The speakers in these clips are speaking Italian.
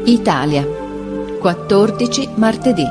Italia, 14 martedì.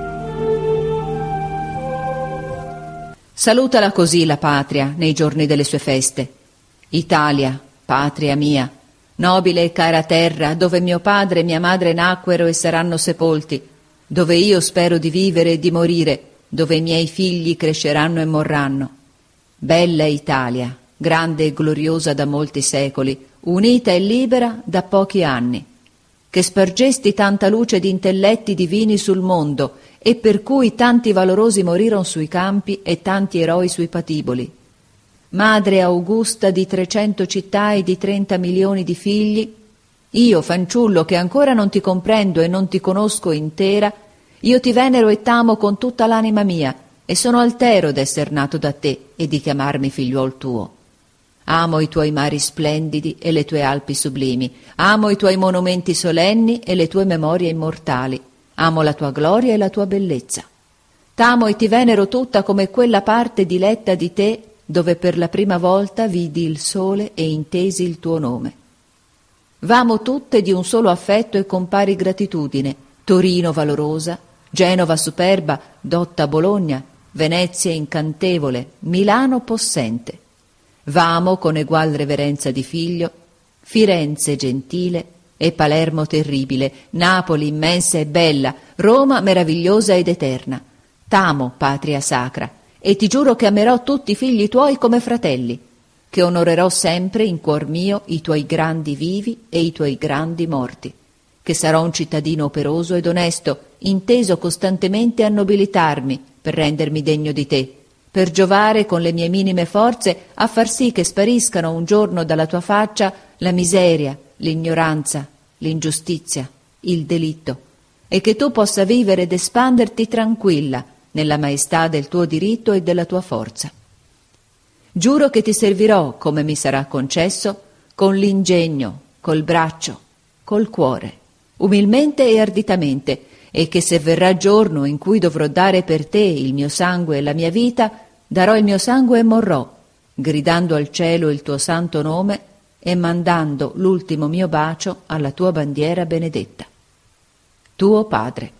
Salutala così la patria nei giorni delle sue feste. Italia, patria mia, nobile e cara terra, dove mio padre e mia madre nacquero e saranno sepolti, dove io spero di vivere e di morire, dove i miei figli cresceranno e morranno. Bella Italia, grande e gloriosa da molti secoli, unita e libera da pochi anni, che spargesti tanta luce di intelletti divini sul mondo e per cui tanti valorosi morirono sui campi e tanti eroi sui patiboli. Madre augusta di 300 città e di 30 milioni di figli, io, fanciullo che ancora non ti comprendo e non ti conosco intera, io ti venero e t'amo con tutta l'anima mia e sono altero d'esser nato da te e di chiamarmi figliuol tuo. Amo i tuoi mari splendidi e le tue Alpi sublimi, amo i tuoi monumenti solenni e le tue memorie immortali, amo la tua gloria e la tua bellezza. T'amo e ti venero tutta come quella parte diletta di te dove per la prima volta vidi il sole e intesi il tuo nome. V'amo tutte di un solo affetto e con pari gratitudine, Torino valorosa, Genova superba, dotta Bologna, Venezia incantevole, Milano possente. V'amo con egual reverenza di figlio, Firenze gentile e Palermo terribile, Napoli immensa e bella, Roma meravigliosa ed eterna. T'amo, patria sacra, e ti giuro che amerò tutti i figli tuoi come fratelli, che onorerò sempre in cuor mio i tuoi grandi vivi e i tuoi grandi morti, che sarò un cittadino operoso ed onesto, inteso costantemente a nobilitarmi per rendermi degno di te, per giovare con le mie minime forze a far sì che spariscano un giorno dalla tua faccia la miseria, l'ignoranza, l'ingiustizia, il delitto, e che tu possa vivere ed espanderti tranquilla nella maestà del tuo diritto e della tua forza. Giuro che ti servirò, come mi sarà concesso, con l'ingegno, col braccio, col cuore, umilmente e arditamente, e che se verrà giorno in cui dovrò dare per te il mio sangue e la mia vita, darò il mio sangue e morrò, gridando al cielo il tuo santo nome e mandando l'ultimo mio bacio alla tua bandiera benedetta. Tuo padre.